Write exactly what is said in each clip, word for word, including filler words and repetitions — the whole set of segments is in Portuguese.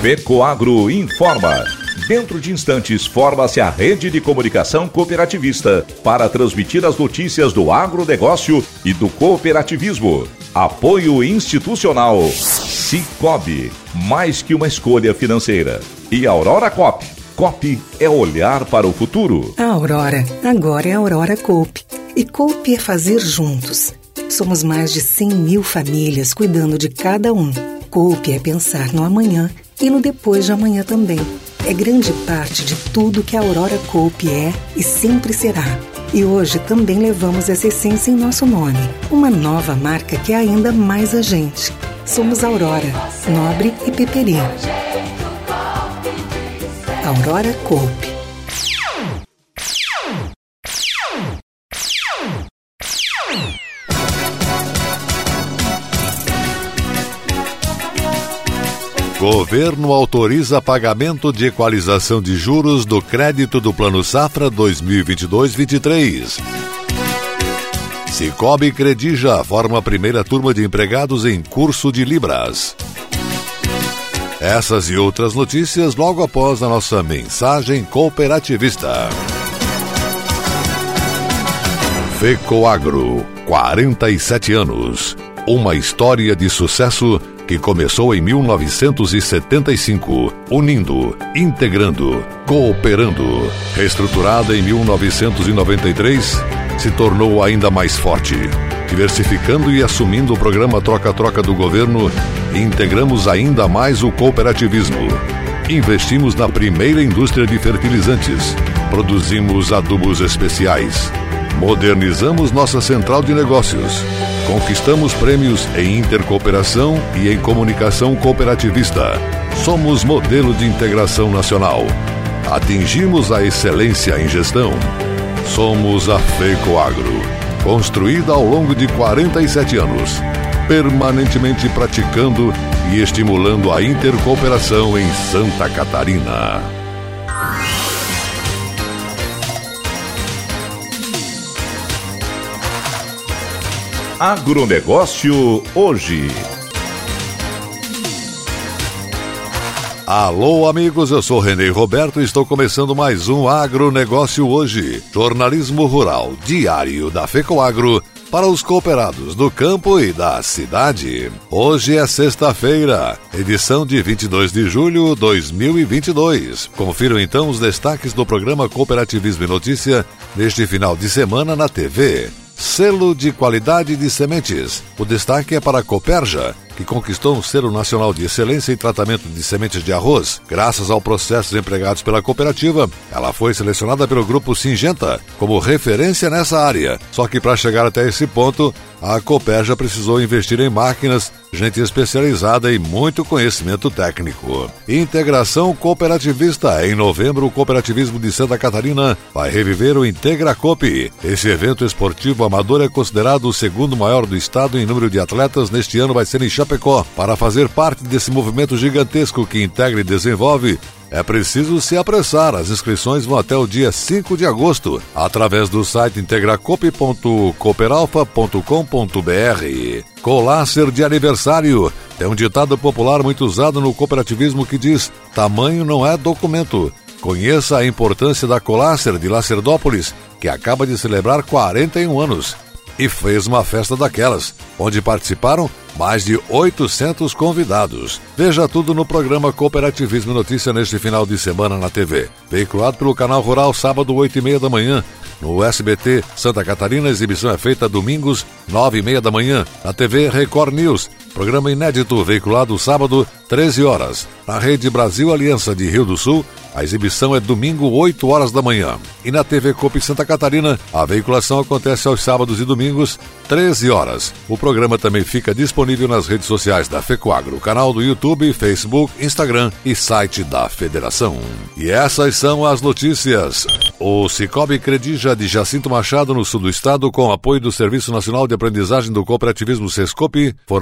FECOAGRO informa. Dentro de instantes, forma-se a rede de comunicação cooperativista para transmitir as notícias do agronegócio e do cooperativismo. Apoio institucional. Cicobi, mais que uma escolha financeira. E Aurora Coop. Coop é olhar para o futuro. A Aurora, agora é a Aurora Coop. E Coop é fazer juntos. Somos mais de cem mil famílias cuidando de cada um. Coop é pensar no amanhã e no depois de amanhã também. É grande parte de tudo que a Aurora Coop é e sempre será. E hoje também levamos essa essência em nosso nome. Uma nova marca que é ainda mais a gente. Somos Aurora, Nobre e Peperi. Aurora Coop. Governo autoriza pagamento de equalização de juros do crédito do Plano Safra dois mil e vinte e dois vinte e três. Cicobi Credija forma a primeira turma de empregados em curso de Libras. Essas e outras notícias logo após a nossa mensagem cooperativista. FECOAGRO, quarenta e sete anos. Uma história de sucesso que começou em mil novecentos e setenta e cinco, unindo, integrando, cooperando. Reestruturada em mil novecentos e noventa e três, se tornou ainda mais forte. Diversificando e assumindo o programa Troca-Troca do governo, integramos ainda mais o cooperativismo. Investimos na primeira indústria de fertilizantes. Produzimos adubos especiais. Modernizamos nossa central de negócios. Conquistamos prêmios em intercooperação e em comunicação cooperativista. Somos modelo de integração nacional. Atingimos a excelência em gestão. Somos a FECOAGRO, construída ao longo de quarenta e sete anos, permanentemente praticando e estimulando a intercooperação em Santa Catarina. Agronegócio hoje. Alô, amigos, eu sou Renê Roberto e estou começando mais um Agronegócio hoje. Jornalismo rural diário da FECOAGRO para os cooperados do campo e da cidade. Hoje é sexta-feira, edição de vinte e dois de julho de dois mil e vinte e dois. Confiram então os destaques do programa Cooperativismo e Notícia neste final de semana na T V. Selo de qualidade de sementes. O destaque é para a Cooperja, que conquistou um selo nacional de excelência em tratamento de sementes de arroz. Graças ao processo empregados pela cooperativa, ela foi selecionada pelo Grupo Singenta como referência nessa área. Só que para chegar até esse ponto, a Cooperja precisou investir em máquinas, gente especializada e muito conhecimento técnico. Integração cooperativista. Em novembro, o cooperativismo de Santa Catarina vai reviver o Integra Coop. Esse evento esportivo amador é considerado o segundo maior do estado em número de atletas. Neste ano vai ser em Chapecó. Para fazer parte desse movimento gigantesco que integra e desenvolve, é preciso se apressar. As inscrições vão até o dia cinco de agosto, através do site integracop ponto cooperalfa ponto com ponto br. Colácer de aniversário. É um ditado popular muito usado no cooperativismo que diz: tamanho não é documento. Conheça a importância da Colácer de Lacerdópolis, que acaba de celebrar quarenta e um anos. E fez uma festa daquelas, onde participaram mais de oitocentos convidados. Veja tudo no programa Cooperativismo e Notícia neste final de semana na T V. Veiculado pelo Canal Rural, sábado, oito e meia da manhã. No S B T Santa Catarina, a exibição é feita domingos, nove e meia da manhã. Na T V Record News, programa inédito, veiculado sábado, treze horas. Na Rede Brasil Aliança de Rio do Sul, a exibição é domingo, oito horas da manhã. E na T V Coop Santa Catarina, a veiculação acontece aos sábados e domingos, treze horas. O programa também fica disponível nas redes sociais da FECOAGRO, canal do YouTube, Facebook, Instagram e site da Federação. E essas são as notícias. O Cicobi Credija de Jacinto Machado, no sul do estado, com apoio do Serviço Nacional de Aprendizagem do Cooperativismo SESCOP, formou a primeira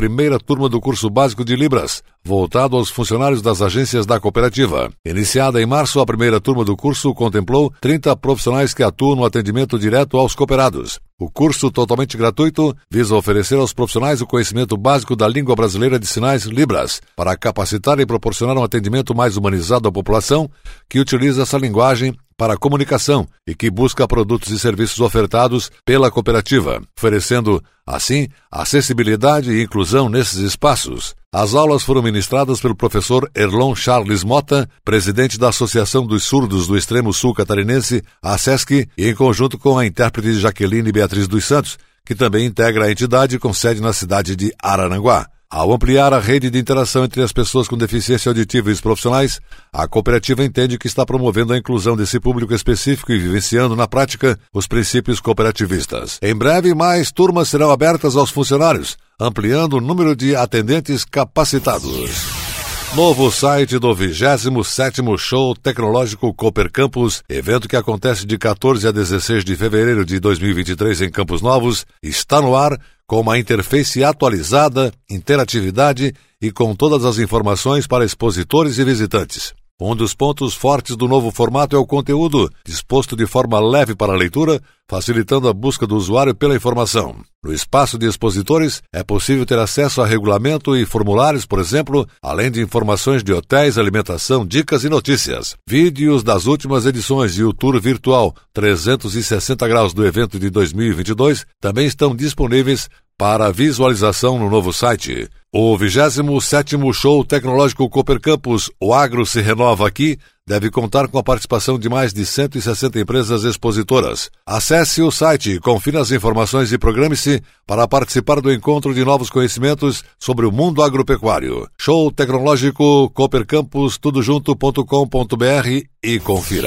primeira turma do curso básico de Libras, voltado aos funcionários das agências da cooperativa. Iniciada em março, a primeira turma do curso contemplou trinta profissionais que atuam no atendimento direto aos cooperados. O curso, totalmente gratuito, visa oferecer aos profissionais o conhecimento básico da língua brasileira de sinais Libras, para capacitar e proporcionar um atendimento mais humanizado à população que utiliza essa linguagem para a comunicação e que busca produtos e serviços ofertados pela cooperativa, oferecendo, assim, acessibilidade e inclusão nesses espaços. As aulas foram ministradas pelo professor Erlon Charles Mota, presidente da Associação dos Surdos do Extremo Sul Catarinense, a ASESC, e em conjunto com a intérprete Jaqueline Beatriz dos Santos, que também integra a entidade com sede na cidade de Araranguá. Ao ampliar a rede de interação entre as pessoas com deficiência auditiva e os profissionais, a cooperativa entende que está promovendo a inclusão desse público específico e vivenciando na prática os princípios cooperativistas. Em breve, mais turmas serão abertas aos funcionários, ampliando o número de atendentes capacitados. Novo site do vigésimo sétimo Show Tecnológico Cooper Campus, evento que acontece de quatorze a dezesseis de fevereiro de dois mil e vinte e três em Campos Novos, está no ar com uma interface atualizada, interatividade e com todas as informações para expositores e visitantes. Um dos pontos fortes do novo formato é o conteúdo, disposto de forma leve para a leitura, facilitando a busca do usuário pela informação. No espaço de expositores, é possível ter acesso a regulamento e formulários, por exemplo, além de informações de hotéis, alimentação, dicas e notícias. Vídeos das últimas edições e o tour virtual trezentos e sessenta graus do evento de dois mil e vinte e dois também estão disponíveis para visualização no novo site. O vigésimo sétimo Show Tecnológico Cooper Campus, o Agro se renova aqui, deve contar com a participação de mais de cento e sessenta empresas expositoras. Acesse o site, confira as informações e programe-se para participar do encontro de novos conhecimentos sobre o mundo agropecuário. Show Tecnológico Cooper Campus, tudo junto ponto com ponto br e confira.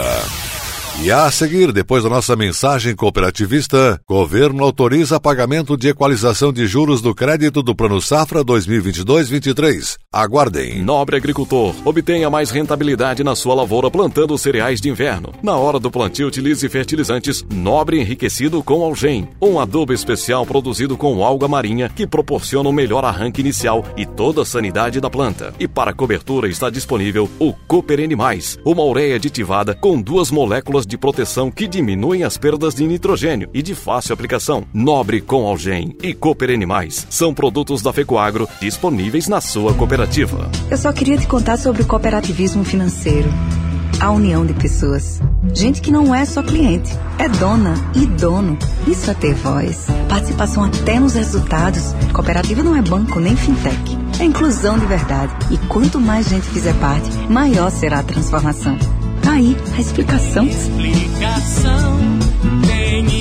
E a seguir, depois da nossa mensagem cooperativista, governo autoriza pagamento de equalização de juros do crédito do Plano Safra dois mil e vinte e dois vinte e três. Aguardem. Nobre agricultor, obtenha mais rentabilidade na sua lavoura plantando cereais de inverno. Na hora do plantio, utilize fertilizantes Nobre enriquecido com Algem, um adubo especial produzido com alga marinha que proporciona o melhor arranque inicial e toda a sanidade da planta. E para cobertura está disponível o Cooper N mais, uma ureia aditivada com duas moléculas de proteção que diminuem as perdas de nitrogênio e de fácil aplicação. Nobre com Algem e Cooper N mais são produtos da FECOAGRO disponíveis na sua cooperativa. Eu só queria te contar sobre o cooperativismo financeiro. A união de pessoas. Gente que não é só cliente, é dona e dono. Isso é ter voz. Participação até nos resultados. Cooperativa não é banco nem fintech. É inclusão de verdade. E quanto mais gente fizer parte, maior será a transformação. Tá aí a explicação. Explicação, tem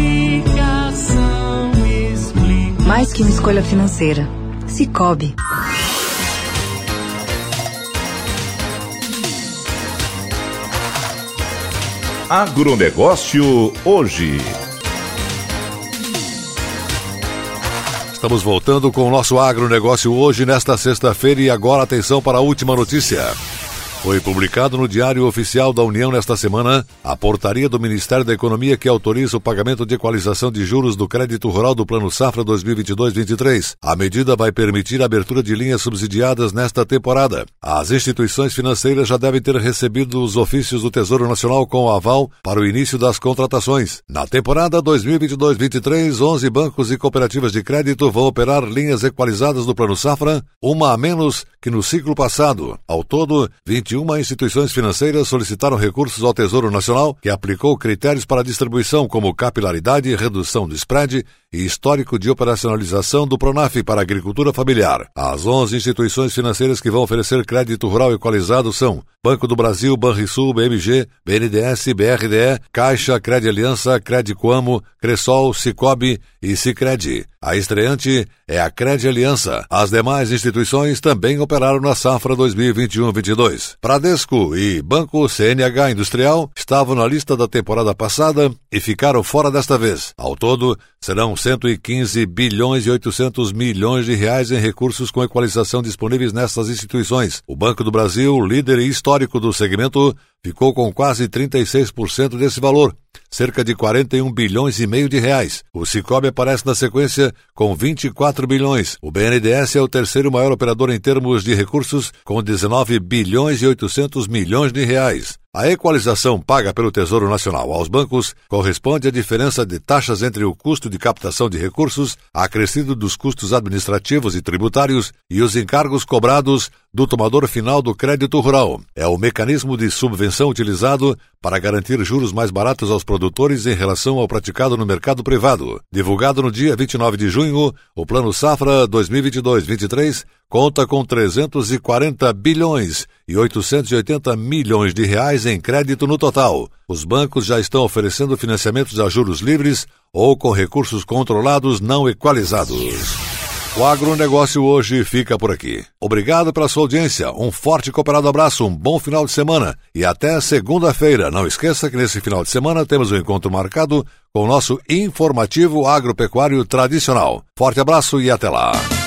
explicação, explicação. Mais que uma escolha financeira. Sicoob. Agronegócio hoje. Estamos voltando com o nosso agronegócio hoje, nesta sexta-feira, e agora atenção para a última notícia. Foi publicado no Diário Oficial da União nesta semana a portaria do Ministério da Economia que autoriza o pagamento de equalização de juros do crédito rural do Plano Safra dois mil e vinte e dois vinte e três. A medida vai permitir a abertura de linhas subsidiadas nesta temporada. As instituições financeiras já devem ter recebido os ofícios do Tesouro Nacional com o aval para o início das contratações. Na temporada dois mil e vinte e dois vinte e três, onze bancos e cooperativas de crédito vão operar linhas equalizadas do Plano Safra, uma a menos que no ciclo passado. Ao todo, vinte e uma instituições financeiras solicitaram recursos ao Tesouro Nacional, que aplicou critérios para distribuição como capilaridade, redução do spread e histórico de operacionalização do Pronaf para a agricultura familiar. As onze instituições financeiras que vão oferecer crédito rural equalizado são Banco do Brasil, Banrisul, B M G, B N D E S, B R D E, Caixa, Credi Aliança, Credi Coamo, Cressol, Sicoob e Sicredi. A estreante é a Credi Aliança. As demais instituições também operaram na safra dois mil e vinte e um vinte e dois. Bradesco e Banco C N H Industrial estavam na lista da temporada passada e ficaram fora desta vez. Ao todo, serão cento e quinze bilhões e oitocentos milhões de reais em recursos com equalização disponíveis nessas instituições. O Banco do Brasil, líder e histórico do segmento, ficou com quase trinta e seis por cento desse valor, cerca de quarenta e um bilhões e meio de reais. O Cicobi aparece na sequência com vinte e quatro bilhões. O B N D E S é o terceiro maior operador em termos de recursos, com dezenove bilhões e oitocentos milhões de reais. A equalização paga pelo Tesouro Nacional aos bancos corresponde à diferença de taxas entre o custo de captação de recursos, acrescido dos custos administrativos e tributários e os encargos cobrados do tomador final do crédito rural. É o mecanismo de subvenção utilizado para garantir juros mais baratos aos produtores em relação ao praticado no mercado privado. Divulgado no dia vinte e nove de junho, o Plano Safra dois mil e vinte e dois vinte e três conta com trezentos e quarenta bilhões e oitocentos e oitenta milhões de reais em crédito no total. Os bancos já estão oferecendo financiamentos a juros livres ou com recursos controlados não equalizados. O agronegócio hoje fica por aqui. Obrigado pela sua audiência, um forte e cooperado abraço, um bom final de semana e até segunda-feira. Não esqueça que nesse final de semana temos um encontro marcado com o nosso informativo agropecuário tradicional. Forte abraço e até lá.